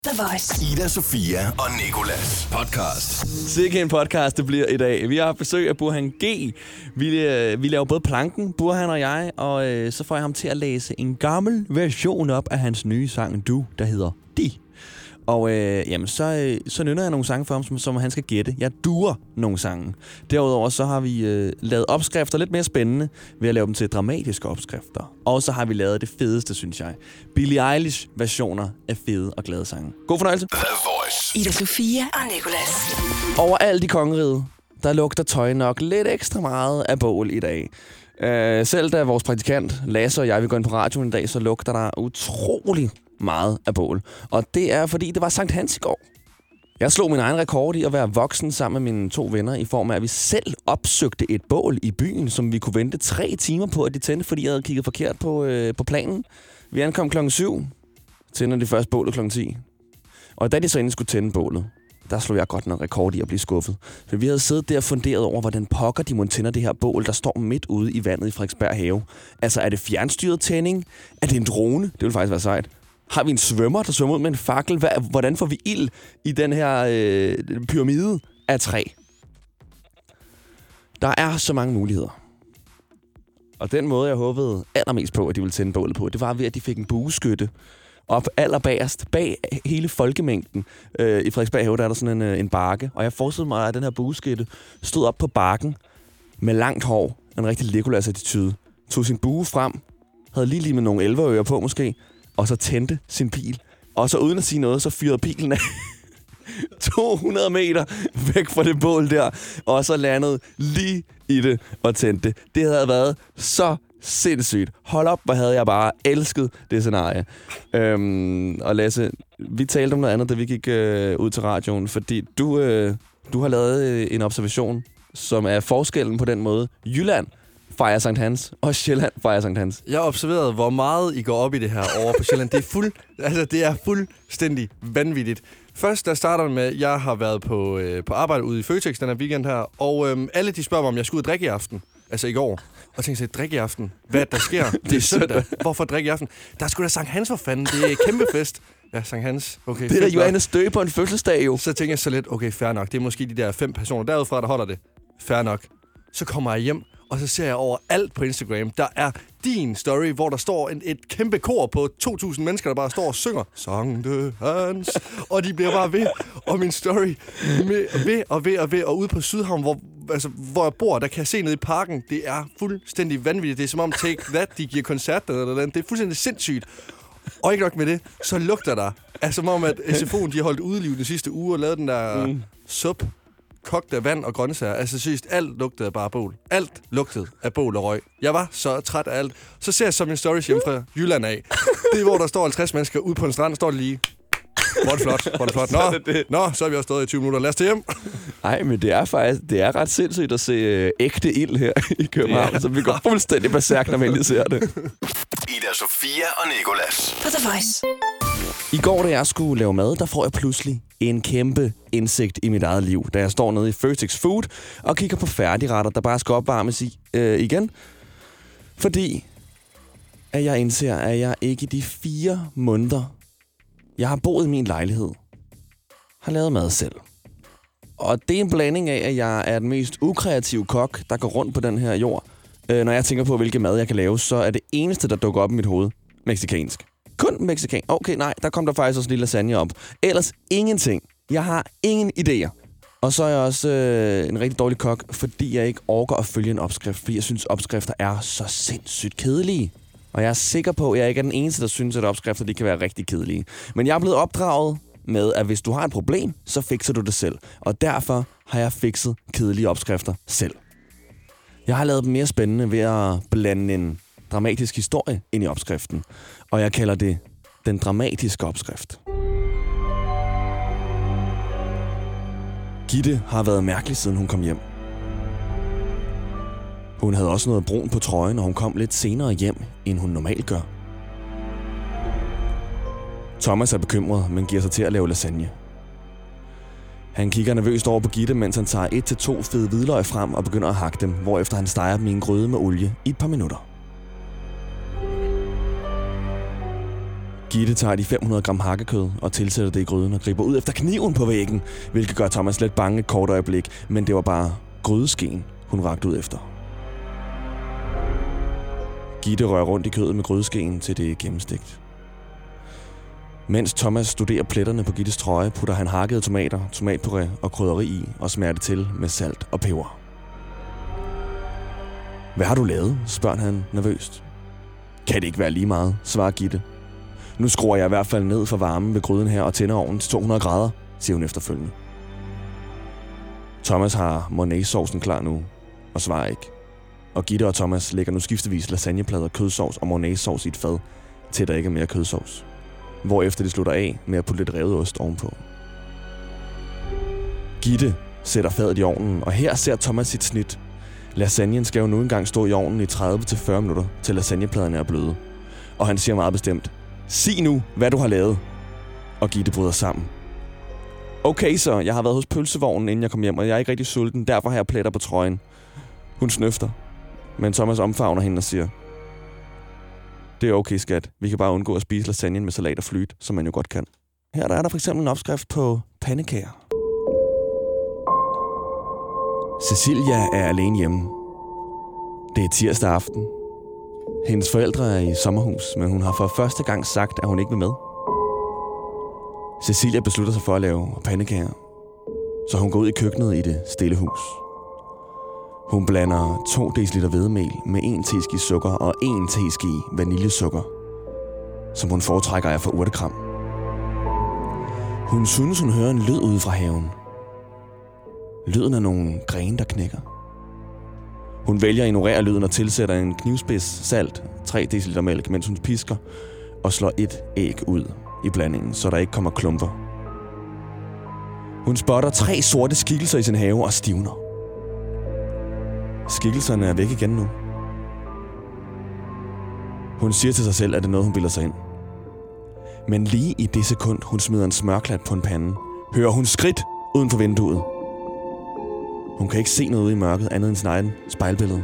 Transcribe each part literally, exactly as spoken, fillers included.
The Voice. Ida, Sofia og Nicolas podcast. Sikke en podcast, det bliver i dag. Vi har haft besøg af Burhan G. Vi, øh, vi laver både planken, Burhan og jeg, og øh, så får jeg ham til at læse en gammel version op af hans nye sang, Du, der hedder De. Og øh, jamen, så, øh, så nynner jeg nogle sange for ham, som, som han skal gætte. Jeg duer nogle sange. Derudover så har vi øh, lavet opskrifter lidt mere spændende ved at lave dem til dramatiske opskrifter. Og så har vi lavet det fedeste, synes jeg. Billie Eilish versioner af fede og glade sange. God fornøjelse. The Voice. Ida, Sofia og Nicolas. Overalt i kongeriget, der lugter tøj nok lidt ekstra meget af bål i dag. Øh, selv da vores praktikant Lasse og jeg vil gå ind på radioen i dag, så lugter der utrolig meget af bål. Og det er, fordi det var Sankt Hans i går. Jeg slog min egen rekord i at være voksen sammen med mine to venner, i form af, at vi selv opsøgte et bål i byen, som vi kunne vente tre timer på, at de tændte, fordi jeg havde kigget forkert på, øh, på planen. Vi ankom klokken syv, tændte de første bålet klokken ti. Og da de så endelig skulle tænde bålet, der slog jeg godt nok rekord i at blive skuffet. For vi havde siddet der og funderet over, hvordan pokker de må tænde det her bål, der står midt ude i vandet i Frederiksberg Have. Altså, er det fjernstyret tænding? Er det en drone? Det ville faktisk være sejt. Har vi en svømmer, der svømmer ud med en fakkel? Hvordan får vi ild i den her øh, pyramide af træ? Der er så mange muligheder. Og den måde, jeg håbede allermest på, at de ville tænde bålet på, det var ved, at de fik en bueskytte op allerbagerst, bag hele folkemængden. Øh, I Frederiksberg Have, der er der sådan en, en bakke. Og jeg forestillede mig, at den her bueskytte stod op på bakken med langt hår, en rigtig Legolas-attitude, tog sin bue frem, havde lige lige med nogle elverører på måske, og så tændte sin pil. Og så uden at sige noget, så fyrede pilen af to hundrede meter væk fra det bål der, og så landede lige i det og tændte det. Det havde været så sindssygt. Hold op, hvor havde jeg bare elsket det scenarie. Øhm, og Lasse, vi talte om noget andet, da vi gik øh, ud til radioen, fordi du, øh, du har lavet øh, en observation, som er forskellen på den måde. Jylland fejrer Sankt Hans, og Sjælland fejrer Sankt Hans. Jeg har observeret, hvor meget I går op i det her over på Sjælland. Det er, fuld, altså, det er fuldstændig vanvittigt. Først, der starter med, at jeg har været på, øh, på arbejde ude i Føtex den her weekend her, og øh, alle de spørger mig, om jeg skulle ud og drikke i aften. Altså i går. Og tænkte sig, drikke i aften? Hvad der sker? Det er søndag. Hvorfor drikke i aften? Der er sgu da Sankt Hans for fanden. Det er kæmpe fest. Ja, Sankt Hans. Okay, det er da Johannes Dø på en fødselsdag jo. Så tænker jeg så lidt, okay, fair nok. Det er måske de der fem personer derudfra, der holder det. Fair nok. Så kommer jeg hjem, og så ser jeg over alt på Instagram. Der er din story, hvor der står en, et kæmpe kor på to tusind mennesker, der bare står og synger Sankt Hans. Og de bliver bare ved. Og min story med, ved og ved og ved. Og ude på Sydhavn, hvor, altså, hvor jeg bor, der kan jeg se ned i parken. Det er fuldstændig vanvittigt. Det er som om Take That, de giver koncerter eller noget. Det er fuldstændig sindssygt. Og ikke nok med det, så lugter der. Altså som om, at S F O'en, de har holdt udeliv den sidste uge og lavet den der mm. sup. Kogt af vand og grøntsager. Altså seriøst, alt lugtede af bare bål. Alt lugtede af bål og røg. Jeg var så træt af alt. Så ser jeg så min stories hjemme fra Jylland af. Det er, hvor der står halvtreds mennesker ude på en strand, står det lige. Hvor er det flot, hvor er det flot. Nå, det. Nå, så er vi også stået i tyve minutter. Lad os til hjem. Nej, men det er faktisk det er ret sindssygt at se øh, ægte ild her i København. Ja. Så vi går fuldstændig berserk, når vi endelig ser det. Ida, Sofia og Nicolas. For The Voice. I går, da jeg skulle lave mad, der får jeg pludselig en kæmpe indsigt i mit eget liv, da jeg står nede i Føtex Food og kigger på færdigretter, der bare skal opvarmes i, øh, igen. Fordi at jeg indser, at jeg ikke i de fire måneder, jeg har boet i min lejlighed, har lavet mad selv. Og det er en blanding af, at jeg er den mest ukreative kok, der går rundt på den her jord. Øh, når jeg tænker på, hvilke mad jeg kan lave, så er det eneste, der dukker op i mit hoved, mexicansk. Kun mexican. Okay, nej, der kom der faktisk også en lille lasagne op. Ellers ingenting. Jeg har ingen idéer. Og så er jeg også øh, en rigtig dårlig kok, fordi jeg ikke orker at følge en opskrift, fordi jeg synes, opskrifter er så sindssygt kedelige. Og jeg er sikker på, at jeg ikke er den eneste, der synes, at opskrifter de kan være rigtig kedelige. Men jeg er blevet opdraget med, at hvis du har et problem, så fikser du det selv. Og derfor har jeg fikset kedelige opskrifter selv. Jeg har lavet dem mere spændende ved at blande en dramatisk historie ind i opskriften. Og jeg kalder det den dramatiske opskrift. Gitte har været mærkelig, siden hun kom hjem. Hun havde også noget brun på trøjen, og hun kom lidt senere hjem, end hun normalt gør. Thomas er bekymret, men giver sig til at lave lasagne. Han kigger nervøst over på Gitte, mens han tager et til to fede hvidløg frem og begynder at hakke dem, hvorefter han steger dem i en gryde med olie i et par minutter. Gitte tager de fem hundrede gram hakkekød og tilsætter det i gryden og griber ud efter kniven på væggen, hvilket gør Thomas lidt bange et kort øjeblik, men det var bare grydeskeen, hun rakte ud efter. Gitte rører rundt i kødet med grydeskeen til det er gennemstegt. Mens Thomas studerer pletterne på Gittes trøje, putter han hakkede tomater, tomatpuré og krydderi i og smager det til med salt og peber. Hvad har du lavet? Spørger han nervøst. Kan det ikke være lige meget, svarer Gitte. Nu skruer jeg i hvert fald ned for varmen ved gryden her og tænder ovnen til to hundrede grader, siger hun efterfølgende. Thomas har mornay-saucen klar nu og svarer ikke. Og Gitte og Thomas lægger nu skiftevis lasagneplader, kødsovs og mornay-sauce i et fad, til der ikke er mere kødsovs. Hvorefter de slutter af med at putte lidt revet ost ovenpå. Gitte sætter fadet i ovnen, og her ser Thomas sit snit. Lasagnen skal jo nu engang stå i ovnen i tredive til fyrre minutter, til lasagnepladerne er bløde. Og han siger meget bestemt, sig nu, hvad du har lavet. Og Gitte bryder sammen. Okay så, jeg har været hos pølsevognen, inden jeg kom hjem, og jeg er ikke rigtig sulten, derfor har jeg pletter på trøjen. Hun snøfter, men Thomas omfavner hende og siger, det er okay, skat. Vi kan bare undgå at spise lasagnen med salat og flyt, som man jo godt kan. Her der er der for eksempel en opskrift på pandekager. Cecilia er alene hjemme. Det er tirsdag aften. Hendes forældre er i sommerhus, men hun har for første gang sagt, at hun ikke vil med. Cecilia beslutter sig for at lave pandekager, så hun går ud i køkkenet i det stille hus. Hun blander to deciliter hvedemel med en teske sukker og en teske vaniljesukker, som hun foretrækker af for urtekram. Hun synes, hun hører en lyd ude fra haven. Lyden af nogle grene, der knækker. Hun vælger at ignorere lyden og tilsætter en knivspids salt, tre deciliter mælk, mens hun pisker og slår et æg ud i blandingen, så der ikke kommer klumper. Hun spotter tre sorte skikkelser i sin have og stivner. Skikkelserne er væk igen nu. Hun siger til sig selv, at det er noget, hun bilder sig ind. Men lige i det sekund, hun smider en smørklat på en pande, hører hun skridt uden for vinduet. Hun kan ikke se noget ude i mørket, andet end sin egen spejlbillede.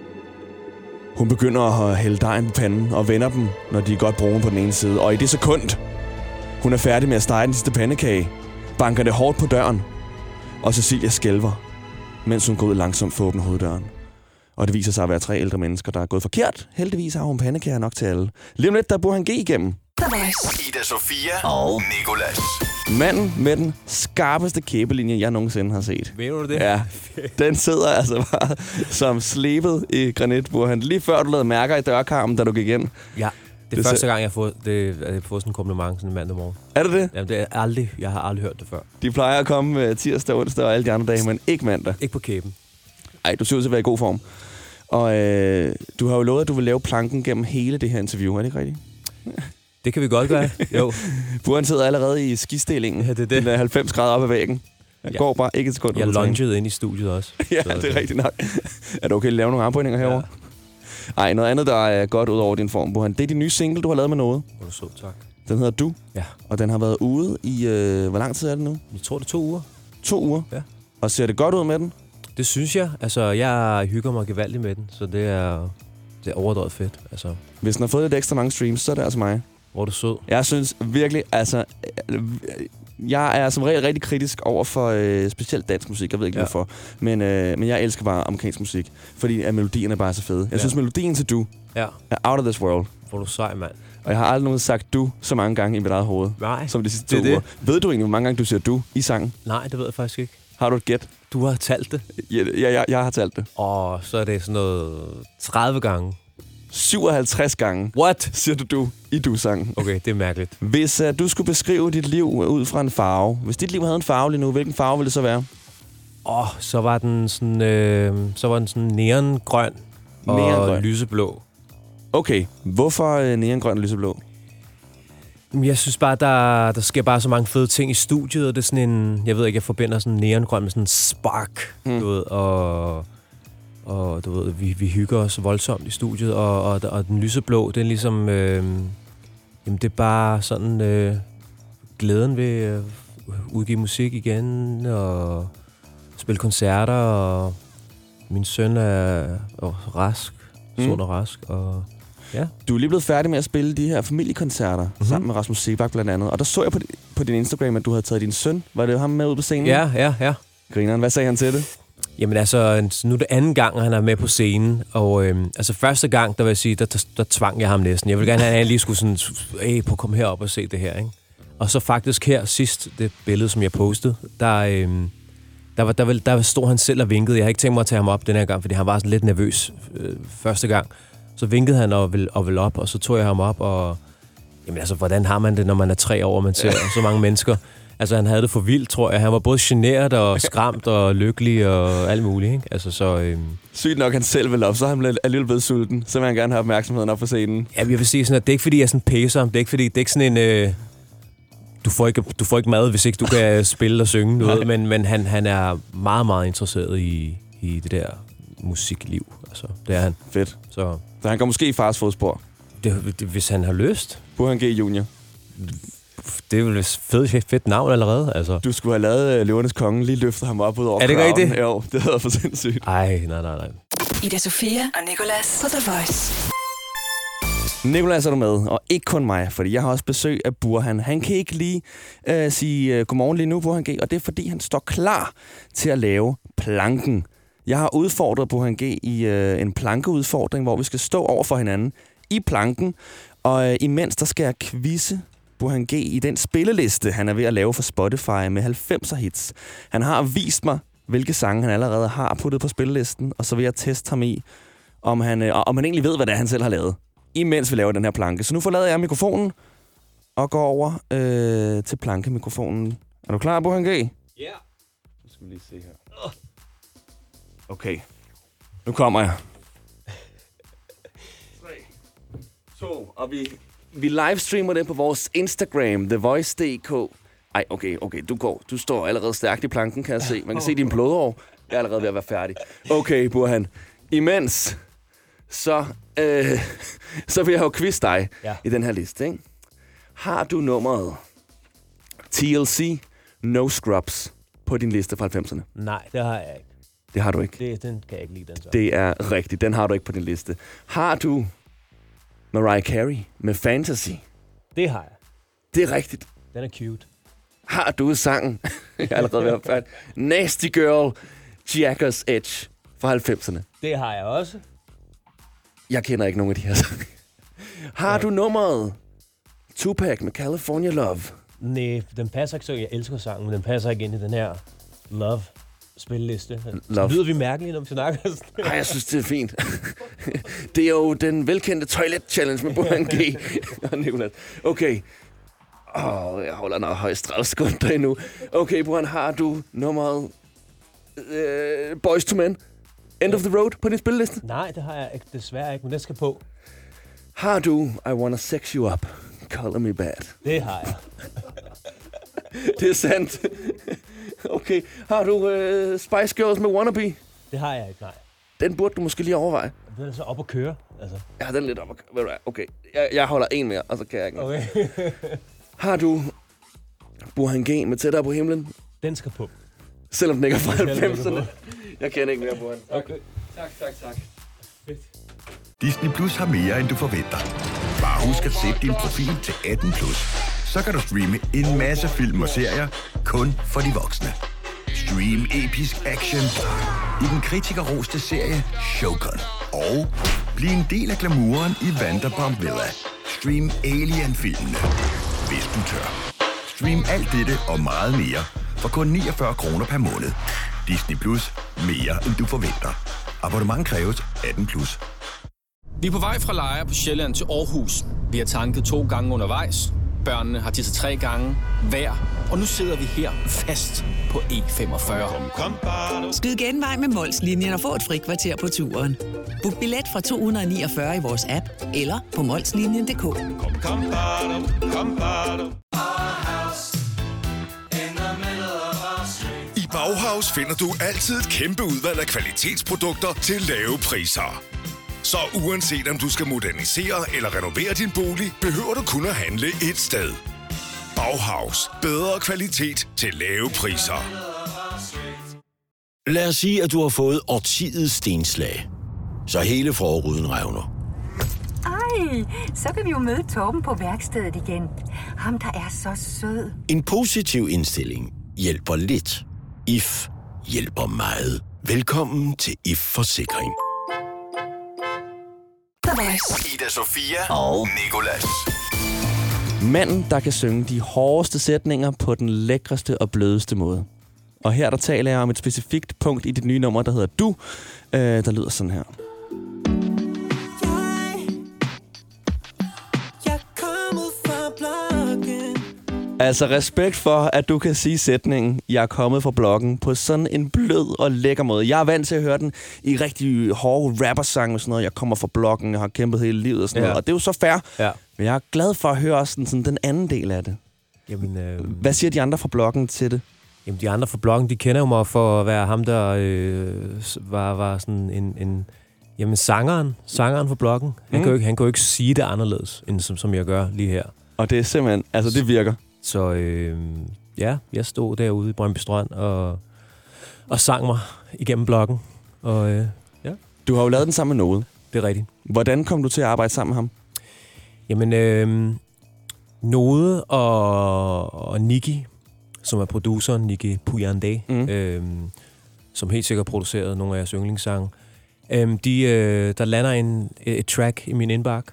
Hun begynder at hælde dejen på panden og vender dem, når de er godt brune på den ene side. Og i det sekund, hun er færdig med at stege den sidste pandekage, banker det hårdt på døren, og Cecilia skælver, mens hun går ud langsomt for at åbne hoveddøren. Og det viser sig at være tre ældre mennesker, der er gået forkert. Heldigvis har hun pandekager nok til alle. Lige om lidt, der bor han G igennem. Ida Sofia og Nicolas. Manden med den skarpeste kæbelinje, jeg nogensinde har set. Ved du det? Ja, den sidder altså bare som slebet i granit, hvor han lige før du lavede mærker i dørkarmen, da du gik ind. Ja, det er det første gang, jeg har fået, det, jeg har fået sådan en kompliment sådan en mandag morgen. Er det det? Jamen, det er aldrig, jeg har aldrig hørt det før. De plejer at komme tirsdag, onsdag og alle de andre dage, men ikke mandag. Ikke på kæben. Ej, du ser ud til at være i god form. Og øh, du har jo lovet, at du vil lave planken gennem hele det her interview, er det ikke rigtigt? Det kan vi godt gøre, jo. Buren sidder allerede i skistillingen. Ja, det er det. Den er halvfems grader op ad væggen. Jeg ja. går bare ikke et sekund. Jeg lungede ind i studiet også. Ja, det er rigtigt nok. Er det okay at lave nogle armbøjninger herovre? Ej, noget andet, der er godt ud over din form, Buren. Det er din nye single, du har lavet med noget. Hvor er så, tak. Den hedder Du. Ja. Og den har været ude i... Øh, hvor lang tid er det nu? Jeg tror, det er to uger. To uger? Ja. Og ser det godt ud med den? Det synes jeg. Altså, jeg hygger mig gevaldigt med den, så det er, det er overdrevet fedt. Altså. Hvis den har fået lidt ekstra mange streams, så er det altså mig. Hvor er du sød. Jeg synes virkelig, altså... Jeg er som regel rigtig kritisk over for øh, specielt dansk musik. Jeg ved ikke, ja. hvorfor. Men, øh, men jeg elsker bare amerikansk musik. Fordi at melodierne er bare så fede. Jeg ja. synes, melodien til Du ja. er out of this world. Hvor er du sej, mand. Og jeg har aldrig nogensinde sagt Du så mange gange i mit eget hoved. Nej, som de sidste det to uger. Ved du egentlig, hvor mange gange du siger Du i sangen? Nej, det ved jeg faktisk ikke. Har du et gæt? Du har talt det? Ja, jeg, jeg, jeg har talt det. Og så er det sådan noget tredive gange. syvoghalvtreds gange. What? Siger du Du i Du-sangen. Okay, det er mærkeligt. Hvis uh, du skulle beskrive dit liv ud fra en farve. Hvis dit liv havde en farve lige nu, hvilken farve ville det så være? Åh, oh, så var den sådan, øh, så var den sådan neongrøn og neongrøn. lyseblå. Okay, hvorfor uh, neongrøn og lyseblå? Jeg synes bare, der, der sker bare så mange fede ting i studiet, og det er sådan en, jeg ved ikke, jeg forbinder sådan neongrøn med sådan en spark, hmm. du ved, og, og du ved, vi, vi hygger os voldsomt i studiet, og, og, og den lyseblå, det er ligesom, øh, jamen det er bare sådan øh, glæden ved at udgive musik igen, og spille koncerter, og min søn er, er rask, sund og rask, og Ja. Du er lige blevet færdig med at spille de her familiekoncerter mm-hmm. sammen med Rasmus Sebak blandt andet. Og der så jeg på, på din Instagram, at du havde taget din søn. Var det ham med ud på scenen? Ja, ja, ja. Grineren, hvad sagde han til det? Jamen altså, nu er det anden gang, han er med på scenen. Og øhm, altså første gang, der vil jeg sige, der, der, der tvang jeg ham næsten. Jeg ville gerne have, at han lige skulle sådan, hey, prøv at komme herop og se det her, ikke? Og så faktisk her sidst, det billede, som jeg postede, der, øhm, der, var, der, var, der stod han selv og vinkede. Jeg har ikke tænkt mig at tage ham op den her gang, fordi han var sådan lidt nervøs øh, første gang. Så vinkede han og ville, og ville op, og så tog jeg ham op, og jamen altså, hvordan har man det, når man er tre år, og man ser så mange mennesker? Altså, han havde det for vildt, tror jeg. Han var både generet og skræmt og lykkelig og alt muligt, ikke? Altså, så... Øhm... Sygt nok, han selv vil op, så er han alligevel blevet sulten. Så vil han gerne have opmærksomheden op på scenen. Ja, jeg vil sige sådan, at det er ikke, fordi jeg er sådan pæser. Det er ikke, fordi det er ikke sådan en... Øh... Du får, ikke, du får ikke mad, hvis ikke du kan spille og synge noget. Men, men han, han er meget, meget interesseret i, i det der musikliv. Altså, det er han. Fedt. Så, så han går måske i fars fodspor. Det, det, hvis han har lyst. Burhan G. Junior Det er jo et fedt, fedt navn allerede, altså. Du skulle have lavet uh, Løvernes Konge, lige løftet ham op ud over Er det crowden. rigtigt? Jo, det havde været for sindssygt. Ej, nej, nej, nej. Ida Sofia og Nicolas på The Voice. Nicolas er du med, og ikke kun mig, fordi jeg har også besøg af Burhan. Han kan ikke lige uh, sige uh, godmorgen lige nu, Burhan G, og det er fordi, han står klar til at lave planken. Jeg har udfordret Burhan G i uh, en plankeudfordring, hvor vi skal stå over for hinanden i planken, og uh, imens der skal jeg quizze Burhan G i den spilleliste, han er ved at lave for Spotify med halvfemser hits. Han har vist mig, hvilke sange han allerede har puttet på spillelisten, og så vil jeg teste ham i, om han, øh, om han egentlig ved, hvad det er, han selv har lavet, imens vi laver den her planke. Så nu forlader jeg mikrofonen og går over øh, til plankemikrofonen. Er du klar, Burhan G? Ja. Yeah. Nu skal vi lige se her. Okay. Nu kommer jeg. tre, to, og vi... Vi livestreamer det på vores Instagram, the voice punktum d k. Ej, okay, okay, du går. Du står allerede stærkt i planken, kan jeg se. Man kan se din blodår. Jeg er allerede ved at være færdig. Okay, Burhan. Imens, så, øh, så vil jeg jo quiz dig ja. i den her liste, ikke? Har du nummeret T L C No Scrubs på din liste fra halvfemserne? Nej, det har jeg ikke. Det har du ikke? Det, den kan jeg ikke lide, den så. Det er rigtigt. Den har du ikke på din liste. Har du Mariah Carey med Fantasy? Det har jeg. Det er rigtigt. Den er cute. Har du sangen, jeg er allerede ved at være færdig, Nasty Girl, Jaggers Edge fra halvfemserne? Det har jeg også. Jeg kender ikke nogen af de her sange. Har ja. du nummeret Tupac med California Love? Nej, den passer ikke så. Jeg elsker sangen, men den passer ikke ind i den her Love spilleliste. Love. Lyder vi mærkeligt, når vi snakker? Nej, jeg synes, det er fint. Det er jo den velkendte Toilet Challenge med Burhan G. og Nicolas. Okay. Åh, oh, jeg holder noget højst strafskunder endnu. Okay, Burhan, har du nummeret uh, Boys to Men? End of the Road på din spilleliste? Nej, det har jeg ikke, desværre ikke, men det skal på. Har du I Wanna Sex You Up, Color Me Bad? Det har jeg. Det er sandt. Okay. Har du uh, Spice Girls med Wannabe? Det har jeg ikke, nej. Den burde du måske lige overveje. Den er så op at køre, altså. Ja, den er lidt op at køre. Ved du hvad? Okay. Jeg, jeg holder en mere, og så kan jeg ikke. Okay. Har du Burhan G med Tættere på himlen? Den skal på. Selvom den ikke er fra halvfemserne. Jeg kender ikke mere, Burhan. Okay. Tak, tak, tak. Fedt. Disney Plus har mere, end du forventer. Bare husk at sætte din profil til atten plus. Så kan du streame en masse film og serier kun for de voksne. Stream episk action i den kritikerroste serie Shogun. Og bliv en del af glamouren i Vanderpump Villa. Stream Alien-filmene, hvis du tør. Stream alt dette og meget mere for kun niogfyrre kroner per måned. Disney Plus. Mere, end du forventer. Abonnement kræves atten plus. Vi er på vej fra Lejre på Sjælland til Aarhus. Vi har tanket to gange undervejs. Børnene har tisset tre gange hver. Og nu sidder vi her fast på E femogfyrre. Skyd genvej med Mols-linjen og få et frikvarter på turen. Book billet fra to hundrede niogfyrre i vores app eller på molslinjen punktum d k. I Bauhaus finder du altid et kæmpe udvalg af kvalitetsprodukter til lave priser. Så uanset om du skal modernisere eller renovere din bolig, behøver du kun at handle et sted. Bauhaus. Bedre kvalitet til lave priser. Lad os sige, at du har fået årtidets stenslag. Så hele forruden revner. Ej, så kan vi jo møde Torben på værkstedet igen. Ham, der er så sød. En positiv indstilling hjælper lidt. I F hjælper meget. Velkommen til I F Forsikring. Ida Sofia og Nicolas. Manden, der kan synge de hårdeste sætninger på den lækreste og blødeste måde. Og her der taler jeg om et specifikt punkt i dit nye nummer, der hedder Du, øh, der lyder sådan her. Altså respekt for, at du kan sige sætningen, jeg er kommet fra bloggen, på sådan en blød og lækker måde. Jeg er vant til at høre den i rigtig hårde rappersange og sådan noget. Jeg kommer fra bloggen, jeg har kæmpet hele livet og sådan ja. noget. Og det er jo så fair. Ja. Men jeg er glad for at høre også sådan, sådan den anden del af det. Jamen, øh... Hvad siger de andre fra bloggen til det? Jamen, de andre fra bloggen, de kender jo mig for at være ham, der øh, var, var sådan en... en jamen, sangeren. Sangeren fra bloggen. Han, mm. kan jo ikke, han kan jo ikke sige det anderledes, end som, som jeg gør lige her. Og det er simpelthen... Altså, det virker. Så øh, ja, jeg stod derude i Brøndby Strand og, og sang mig igennem bloggen. Og, øh, ja. Du har jo lavet den sammen med Node. Det er rigtigt. Hvordan kom du til at arbejde sammen med ham? Jamen, øh, Node og, og Nicki, som er produceren, Nicki Puyande, mm. øh, som helt sikkert producerede nogle af jeres yndlingssange, øh, de, øh, der lander en, et track i min indbakke.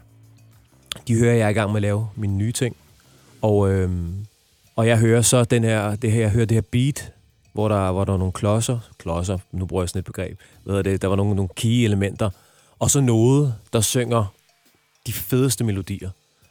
De hører, jeg er i gang med at lave mine nye ting. Og, øhm, og jeg hører så den her, det her, jeg hører det her beat, hvor der, hvor der var nogle klodser, klodser, nu bruger jeg sådan et begreb, hvad det, der var nogle, nogle key-elementer, og så noget, der synger de fedeste melodier.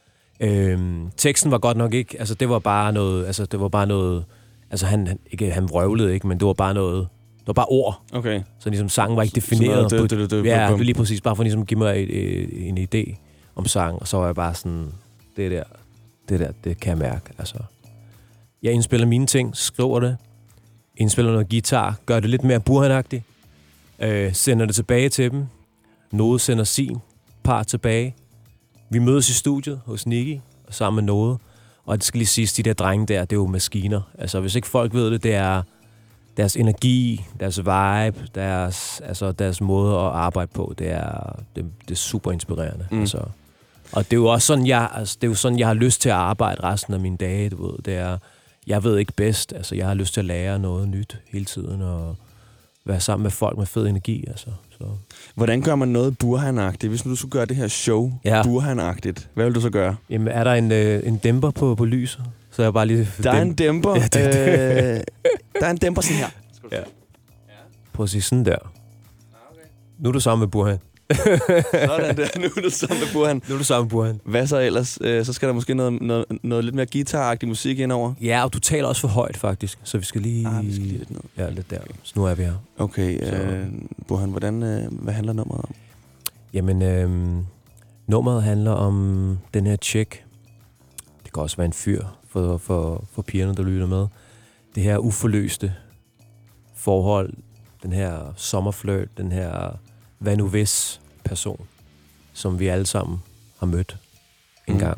Øhm, teksten var godt nok ikke, altså det var bare noget, altså det var bare noget, altså han, han, ikke, han vrøvlede ikke, men det var bare noget, det var bare ord. Okay. Så ligesom sangen var ikke defineret. Så, så det, det, det, det, ja, det lige præcis, bare for ligesom at give mig et, et, en idé om sang, og så var jeg bare sådan, det der, det der, det kan jeg mærke, altså. Jeg indspiller mine ting, skriver det, indspiller noget guitar, gør det lidt mere burhanagtigt, øh, sender det tilbage til dem, Node sender sin par tilbage. Vi mødes i studiet hos Nicki, sammen med Node, og det skal lige siges, de der drenge der, det er jo maskiner. Altså, hvis ikke folk ved det, det er deres energi, deres vibe, deres, altså, deres måde at arbejde på, det er, det, det er super inspirerende, mm. altså. Og det er jo også sådan, jeg, altså, det er jo sådan, jeg har lyst til at arbejde resten af mine dage, du ved. Det er, jeg ved ikke bedst, altså jeg har lyst til at lære noget nyt hele tiden, og være sammen med folk med fed energi, altså. Så. Hvordan gør man noget burhanagtigt? Hvis nu du skulle gøre det her show ja. burhanagtigt, hvad vil du så gøre? Jamen, er der en, øh, en dæmper på, på lyset? Så er jeg bare lige... Der er en dæmper. Ja, det, det. Øh, der er en dæmper sådan her. Ja. Prøv at sige sådan der. Nu er du sammen med Burhan. Sådan der. Nu er du sammen med Burhan. Nu er du sammen med Burhan. Hvad så ellers? Øh, så skal der måske noget, noget, noget lidt mere guitar-agtig musik indover. Ja, og du taler også for højt, faktisk. Så vi skal lige... Ah, vi skal lige lidt ned. Ja, lidt der. Så nu er vi her. Okay, øh, Burhan, hvordan, øh, hvad handler nummeret om? Jamen, øh, nummeret handler om den her chick. Det kan også være en fyr for, for, for pigerne, der lytter med. Det her uforløste forhold. Den her sommerflirt. Den her... hvad nu hvis person, som vi alle sammen har mødt en mm. gang.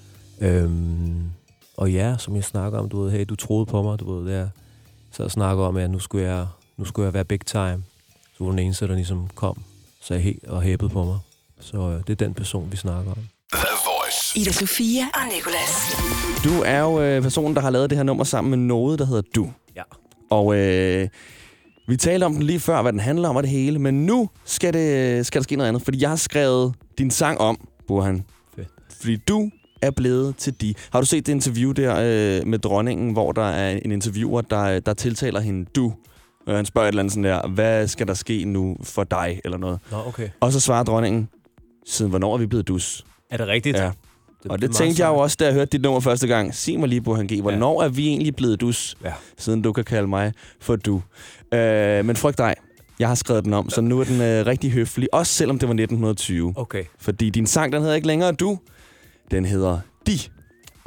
Øhm, og ja, som jeg snakker om, du ved, hey, du troede på mig, du ved, der. Så jeg snakker om, at nu skulle jeg, nu skulle jeg være big time. Så var den eneste, der ligesom kom, så jeg helt og hæppede på mig. Så øh, det er den person, vi snakker om. The Voice. Ida Sofia og Nicolas. Du er jo øh, personen, der har lavet det her nummer sammen med Node, der hedder Du. Ja. Og øh, vi talte om den lige før, hvad den handler om og det hele, men nu skal, det, skal der ske noget andet, fordi jeg har skrevet din sang om, Burhan. Fedt. Fordi du er blevet til de. Har du set det interview der øh, med dronningen, hvor der er en interviewer, der, der tiltaler hende Du? Og han spørger et eller andet sådan der, hvad skal der ske nu for dig, eller noget. Nå, okay. Og så svarer dronningen, siden hvornår er vi blevet dus? Er det rigtigt? Ja. Det, og det, det tænkte jeg jo også, da jeg hørte dit nummer første gang. Sig mig lige, Burhan G, hvornår ja. er vi egentlig blevet dus, ja. siden du kan kalde mig for du? Øh, men frygt dig, jeg har skrevet den om, så nu er den øh, rigtig høflig, også selvom det var nitten tyve. Okay. Fordi din sang, den hedder ikke længere Du, den hedder De.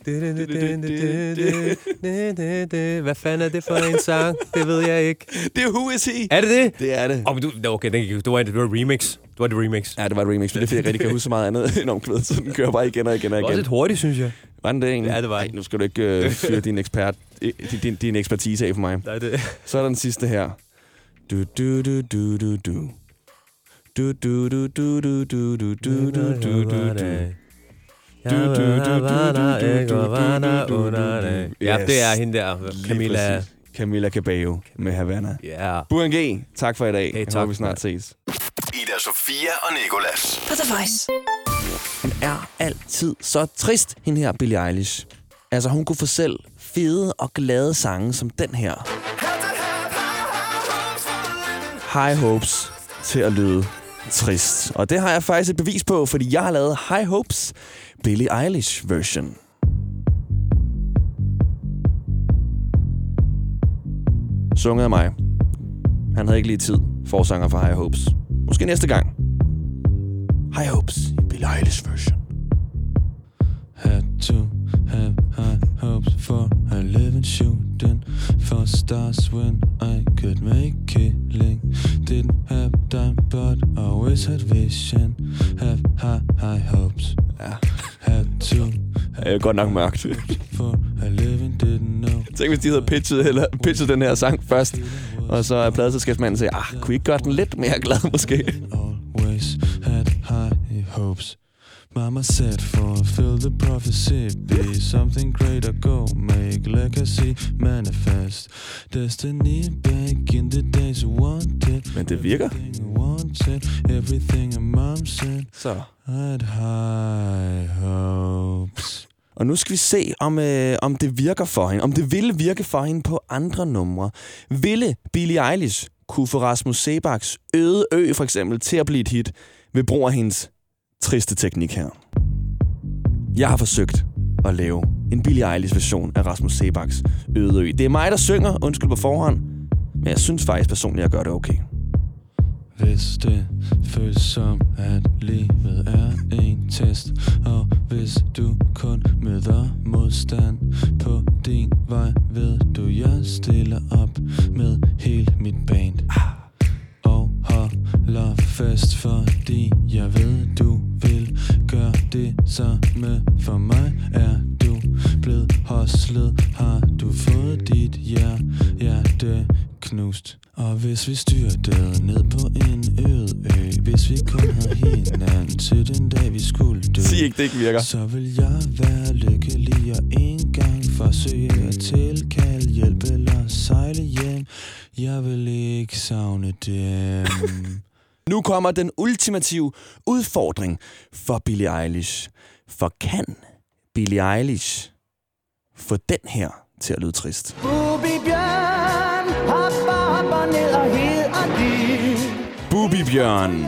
Hvad fanden er det for en sang? Det ved jeg ikke. Det er Who Is He. Er det det? Det er det. Oh, men du, okay, det, det, var, det var et remix. Det var et remix. Ja, det var et remix, men det er fordi, jeg rigtig kan huske så meget andet end omkvædet, så den kører bare igen og igen og igen. Det var også lidt hurtigt, synes jeg. Var den det egentlig? Ja, det var. Ej, nu skal du ikke uh, fyre din, ekspert, din, din ekspertise af for mig. Nej, det. Så er der den sidste her. Du, du, du, du, du, du. Du, du, du, du, du, du, du, du, du, du, du. Ja, det er hende der, Camilla. Camilla Cabello med Havana. Ja. Buren G, tak for i dag. Hey, jeg håber, vi snart ses. Ida Sofia og Nicolas. På The Voice. Hun er altid så trist, hende her Billie Eilish. Altså, hun kunne få selv fede og glade sange som den her. High Hopes til at lyde trist. Og det har jeg faktisk et bevis på, fordi jeg har lavet High Hopes Billie Eilish version. Sunget af mig. Han havde ikke lige tid, forsanger for High Hopes. Måske næste gang. High Hopes i Billie Eilish version. Had to have high hopes for a living shooting for stars when I could make killing. Didn't have time but always had vision. Have high, high hopes. Ja. Had to. Det er godt nok mørkt. For a living didn't know. Tænk hvis de havde pitchet, eller pitchet den her sang først, og så er pladeselskabsmanden siger, ah, kunne I ikke gøre den lidt mere glad måske? Always had high hopes. Mama said, fulfill the prophecy, be something greater, go make legacy manifest. Destiny back in the days you wanted. Men det virker. Wanted, everything a mom said. Så. Had high hopes. Og nu skal vi se, om, øh, om det virker for hende. Om det ville virke for hende på andre numre. Ville Billie Eilish kunne få Rasmus Seebachs Øde Ø for eksempel til at blive et hit ved brug af hendes triste teknik her. Jeg har forsøgt at lave en Billie Eilish version af Rasmus Seebachs Øde Ø. Det er mig, der synger, undskyld på forhånd, men jeg synes faktisk personligt, at jeg gør det okay. Hvis det føles som, at livet er en test, og hvis du kun møder modstand på din vej, ved du, jeg stiller op med hele mit band. Og holder fast, fordi jeg ved, du vil gøre det samme for mig. Er du blevet hostlet, har du fået dit hjerte knust. Og hvis vi styrtede ned på en øde ø, hvis vi kun havde hinanden til den dag, vi skulle dø, sig ikke, det ikke virker. Så vil jeg være lykkelig og en gang forsøge at tilkalde hjælp eller sejle hjem. Jeg vil ikke savne dem. Nu kommer den ultimative udfordring for Billie Eilish. For kan Billie Eilish få den her til at lyde trist? Bubibjørn, hopper, hopper ned og hedder de. Bubibjørn.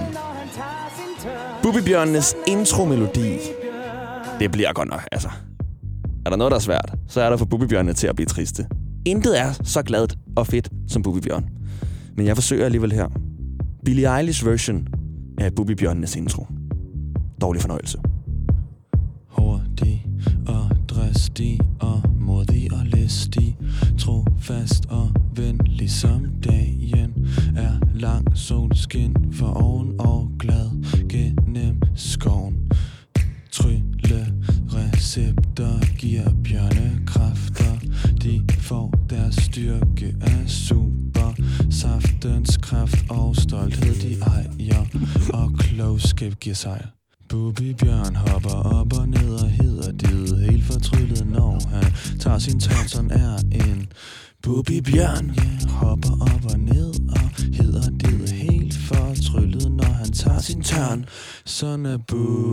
Bubibjørnenes intromelodi. Det bliver godt nok, altså. Er der noget, der er svært, så er der for Bubibjørnene til at blive triste. Intet er så gladt og fedt som Bubibjørn. Men jeg forsøger alligevel her. Billie Eilish version af Bubibjørnenes intro. Dårlig fornøjelse. Hurtig og dristig og modig og listig, trofast og venlig som dagen, er lang solskin for oven og glad gennem skoven. Trylle recepter giver bjørnekræfter, de får deres styrke af super. Saftens kraft og stolthed de ejer, og klogskab giver sejr. Bubibjørn hopper op og ned og hedder det helt fortryllet, når han tager sin tand, sådan er en Bubibjørn. Ja, hopper op og ned og hedder det helt fortryllet, når han tager sin tørn. Sådan er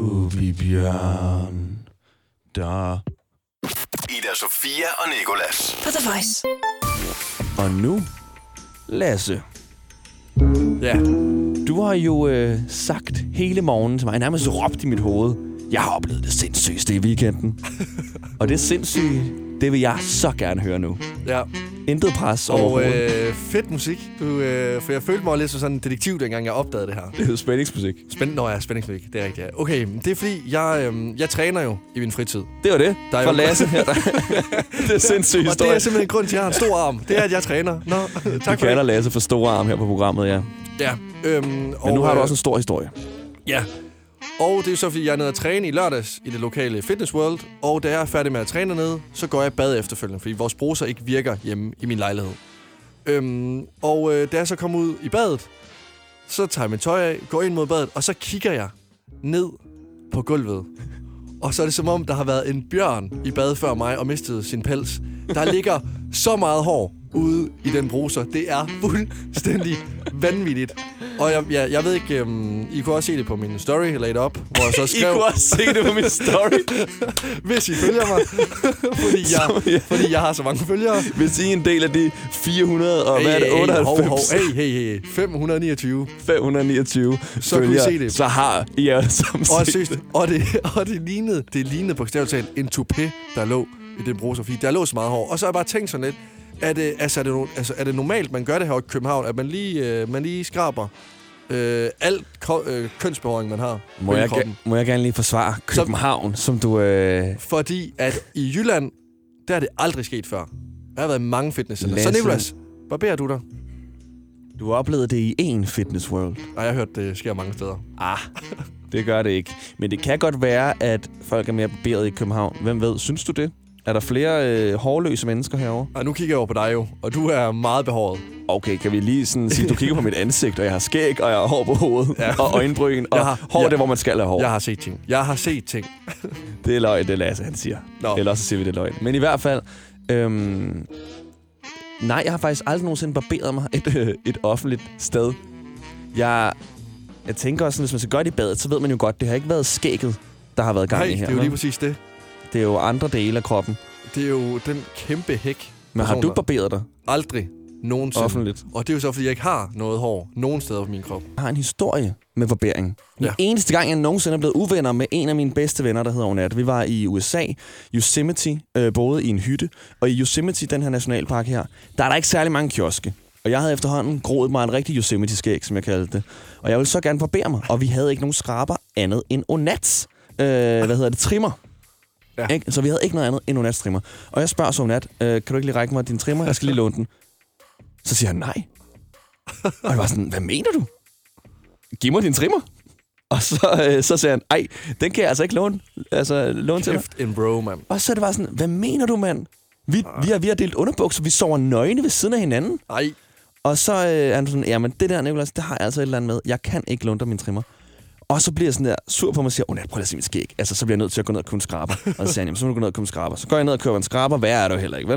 Bubibjørn. Der. Ida Sofia og Nicolas. På The Voice. Og nu, Lasse. Ja, du har jo øh, sagt hele morgenen til mig, nærmest råbt i mit hoved, jeg har oplevet det sindssygeste i weekenden. Og det sindssyge, det vil jeg så gerne høre nu. Ja. Intet pres Og overhovedet. øh, fedt musik. Du, øh, for jeg følte mig lidt som sådan en detektiv, dengang jeg opdagede det her. Det hedder spændingsmusik. Spænd- Nå ja, spændingsmusik. Det er rigtigt, ja. Okay, det er fordi, jeg, øh, jeg træner jo i min fritid. Det var det. Der er Fra jo- Lasse her. Der. Det er sindssygt Og det historie. er simpelthen grund til, at jeg har en stor arm. Det er, at jeg træner. Nå, tak Vi for kalder det. Lasse for store arm her på programmet, ja. Ja. Øhm, Men og, nu har du øh, også en stor historie. Ja. Og det er så, fordi jeg er nede at træne i lørdags i det lokale Fitness World. Og da jeg er færdig med at træne nede, så går jeg i bad efterfølgende, fordi vores bruser ikke virker hjemme i min lejlighed. Øhm, og øh, da jeg så kommer ud i badet, så tager jeg mit tøj af, går ind mod badet, og så kigger jeg ned på gulvet. Og så er det som om, der har været en bjørn i bad før mig og mistet sin pels. Der ligger så meget hår ude i den bruser. Det er fuldstændig vanvittigt. Og jeg, jeg, jeg ved ikke, um, I kunne også se det på min story, jeg lagde det op, hvor jeg så skrev... I kunne også se det på min story. Hvis I følger mig. fordi, jeg, fordi jeg har så mange følgere. Hvis I er en del af de fire hundrede og hvad er det, otteoghalvfems? Hey, hey, hey, hey. fem hundrede og niogtyve. fem hundrede og niogtyve Så kunne I følgere, se det. Så har I alle sammen Og, set søst, det. og, det, og det lignede, det lignede bogstaveligt talt en toupé, der lå i den bruser, fordi der lå så meget hår. Og så har jeg bare tænkt sådan lidt, er det, altså, er det, no, altså, er det normalt, man gør det her i København, at man lige, øh, man lige skraber øh, alt ko- øh, kønsbehåring, man har Må på jeg, kroppen? ga- må jeg gerne lige forsvare København, som du... Øh... Fordi at i Jylland, der er det aldrig sket før. Jeg har været i mange fitnesscenter. Så Lasse. Nicolas, barberer du dig? Du har oplevet det i én Fitness World. Nej, jeg har hørt, det sker mange steder. Ah, det gør det ikke. Men det kan godt være, at folk er mere barberet i København. Hvem ved, synes du det? Er der flere øh, hårløse mennesker herovre? Ej, nu kigger jeg over på dig jo, og du er meget behåret. Okay, kan vi lige sådan sige, du kigger på mit ansigt, og jeg har skæg, og jeg har hår på hovedet, Ja. og øjenbryn, og Jeg har- hår jeg- det, hvor man skal have hår. Jeg har set ting. Jeg har set ting. Det er løgn, det Lasse, han siger. Nå. Eller også siger vi, det er løgn. Men i hvert fald... Øhm, nej, jeg har faktisk aldrig nogensinde barberet mig et, øh, et offentligt sted. Jeg, jeg tænker også, sådan, hvis man skal gøre det i badet, så ved man jo godt, det har ikke været skægget, der har været gang Nej, i her. det er jo vel? lige præcis det. Det er jo andre dele af kroppen. Det er jo den kæmpe hæk. Men har du personer. barberet dig Aldrig. Nogensinde. offentligt? Og det er jo så, fordi jeg ikke har noget hår nogen steder på min krop. Jeg har en historie med barbering. Den Ja. eneste gang, jeg nogensinde er blevet uvenner med en af mine bedste venner, der hedder Onat. Vi var i U S A, Yosemite, øh, boede i en hytte. Og i Yosemite, den her nationalpark her, der er der ikke særlig mange kioske. Og jeg havde efterhånden groet mig en rigtig Yosemite-skæg, som jeg kaldte det. Og jeg ville så gerne barbere mig, og vi havde ikke nogen skraber andet end Onats. Øh, hvad hedder det? Trimmer. Ja. Ikke? Så vi havde ikke noget andet end Onats trimmer. Og jeg spørger så Onat, øh, kan du ikke lige række mig din trimmer? Jeg skal lige låne den. Så siger han nej. Og jeg var sådan, hvad mener du? Giv mig din trimmer. Og så, øh, så siger han, ej, den kan jeg altså ikke låne, altså, låne til dig. Kæft en bro, mand. Og så er det bare sådan, hvad mener du, mand? Vi, vi, har, vi har delt underbukser, vi sover nøgne ved siden af hinanden. Nej. Og så øh, er han sådan, jamen det der, Nicolas, det har jeg altså et eller andet med. Jeg kan ikke låne dig min trimmer. Og så bliver jeg sådan der sur på mig og siger, åh nej, prøv lige at se mit skæg. Altså, så bliver jeg nødt til at gå ned og købe en skraber. Og så siger han, jamen, så må du gå ned og købe en skraber. Så går jeg ned og køber en skraber, hvad er det jo heller ikke, vel?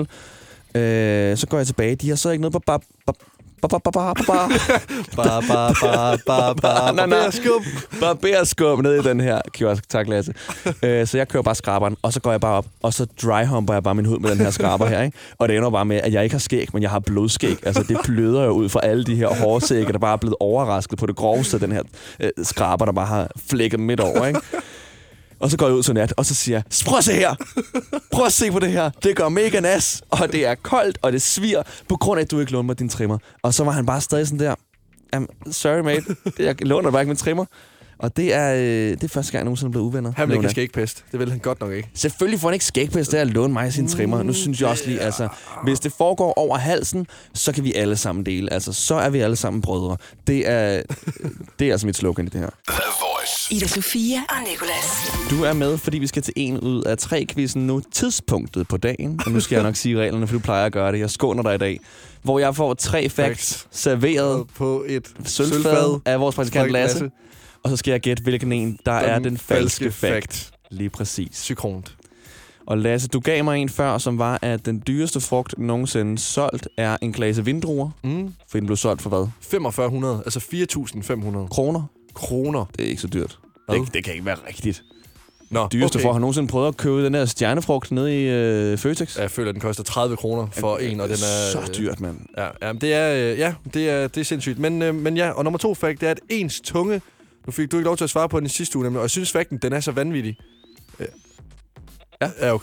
Øh, så går jeg tilbage, de har så ikke noget på bab, bab, bab, bab, bab, bab, bab. Ba, ba, ba, ba, ba, Nej, nej. barberskub. Barberskub ned i den her kiosk. Tak, Lasse. øh, så jeg kører bare skraberen, og så går jeg bare op, og så dryhumper jeg bare min hud med den her skraber her, ikke? Og det ender bare med, at jeg ikke har skæg, men jeg har blodskæg. Altså, det bløder jo ud fra alle de her hårsække, der bare er blevet overrasket på det groveste, den her øh, skraber, der bare har flækket midt over, ikke? Og så går jeg ud til Nat, og så siger jeg, prøv at se her! Prøv at se på det her! Det gør mega nas, og det er koldt, og det sviger, på grund af, at du ikke låner mig din trimmer. Og så var han bare stadig sådan der, I'm sorry mate, jeg låner bare ikke min trimmer. Og det er, øh, det er første gang, jeg nogensinde er blevet uvenner. Han vil ikke have skægpest. Det vil han godt nok ikke. Selvfølgelig får han ikke skægpest, det er at låne mig sin trimmer. Nu synes jeg også lige, altså, hvis det foregår over halsen, så kan vi alle sammen dele. Altså, så er vi alle sammen brødre. Det er, det er altså mit slogan i det her. Ida Sofia og Nicolas. Du er med, fordi vi skal til en ud af tre quizzen nu. Tidspunktet på dagen. Og nu skal jeg nok sige reglerne, for du plejer at gøre det. Jeg skåner dig i dag. Hvor jeg får tre facts serveret på et sølvfad af vores praktikant Lasse. Lasse. Og så skal jeg gætte, hvilken en, der Den er den falske, falske fact. Lige præcis. Sykront. Og Lasse, du gav mig en før, som var, at den dyreste frugt nogensinde solgt er en klase vindruer. Mm. For den blev solgt for hvad? femogfyrre hundrede, altså fire tusind fem hundrede. Kroner? Kroner. Det er ikke så dyrt. Hvad? Det, det kan ikke være rigtigt. Nå, Dyreste okay. frugt. Har nogensinde prøvet at købe den der stjernefrugt nede i øh, Føtex? Jeg føler, at den koster tredive kroner for en, og den er... Så dyrt, mand. Ja, ja, det er, øh, ja, det er, det er sindssygt. Men, øh, men ja, og nummer to fact, det er, at ens tunge... Nu fik du ikke lov til at svare på den i sidste uge, nemlig, og jeg synes, facten, den er så vanvittig. Øh, Ja. Ja, okay.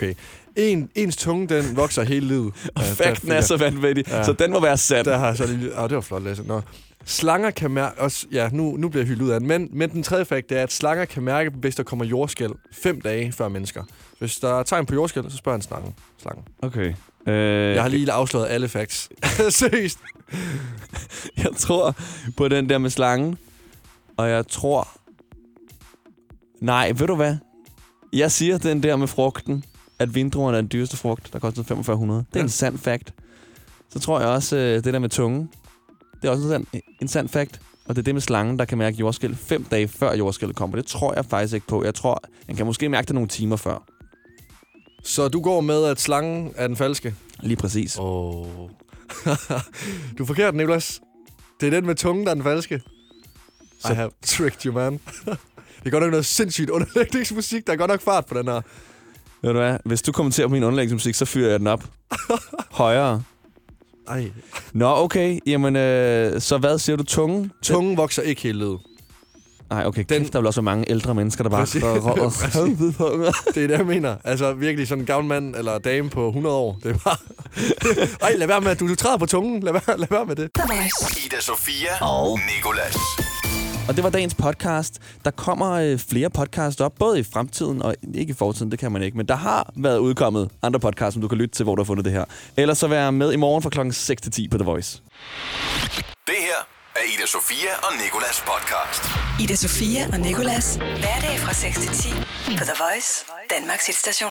En, ens tunge, den vokser hele livet. Og ja, fakten er så vanvittig, ja. Så den må være sat. Der har så lige... Åh, det var flot læst. Nå. Slanger kan mærke... Også, ja, nu, nu bliver jeg hyldet ud af den. Men, men den tredje fakt, det er, at slanger kan mærke, hvis der kommer jordskælv fem dage før mennesker. Hvis der er tegn på jordskælv, så spørger en slange. slangen. Okay. Øh, jeg har lige afsløret alle facts. Seriøst. Jeg tror på den der med slangen. Og jeg tror... Nej, ved du hvad? Jeg siger den der med frugten, at vindruerne er den dyreste frugt, der koster femogfyrre hundrede. Det er ja. en sand fact. Så tror jeg også, det der med tungen, det er også en sand, en sand fact. Og det er det med slangen, der kan mærke jordskælv fem dage før jordskælvet kommer. Det tror jeg faktisk ikke på. Jeg tror, han kan måske mærke det nogle timer før. Så du går med, at slangen er den falske? Lige præcis. Åh. Oh. Du er forkert, Nicolas. Det er den med tungen, der er den falske. Så... I have tricked you, man. Det er godt nok noget sindssygt underlægningsmusik. Der er godt nok fart på den her. Ved du hvad? Hvis du kommenterer på min underlægningsmusik, så fyrer jeg den op. Højere. Ej. Nå, okay. Jamen, øh, så hvad siger du? Tungen? Tungen vokser ikke helt livet. Nej, okay. Den... Kæft, der er vel også mange ældre mennesker, der bare... Det er det, jeg mener. Altså virkelig sådan en gammel mand eller dame på hundrede år. Det er bare... Ej, lad være med, du, du træder på tungen. Lad være, lad være med det. Ida Sofia og Nicolas. Og det var dagens podcast. Der kommer øh, flere podcasts op, både i fremtiden og ikke i fortiden, det kan man ikke. Men der har været udkommet andre podcasts, som du kan lytte til, hvor du har fundet det her. Ellers så vær med i morgen fra klokken seks til ti på The Voice. Det her er Ida Sofia og Nicolas podcast. Ida Sofia og Nicolas. Hverdag fra seks til ti på The Voice, Danmarks hitstation.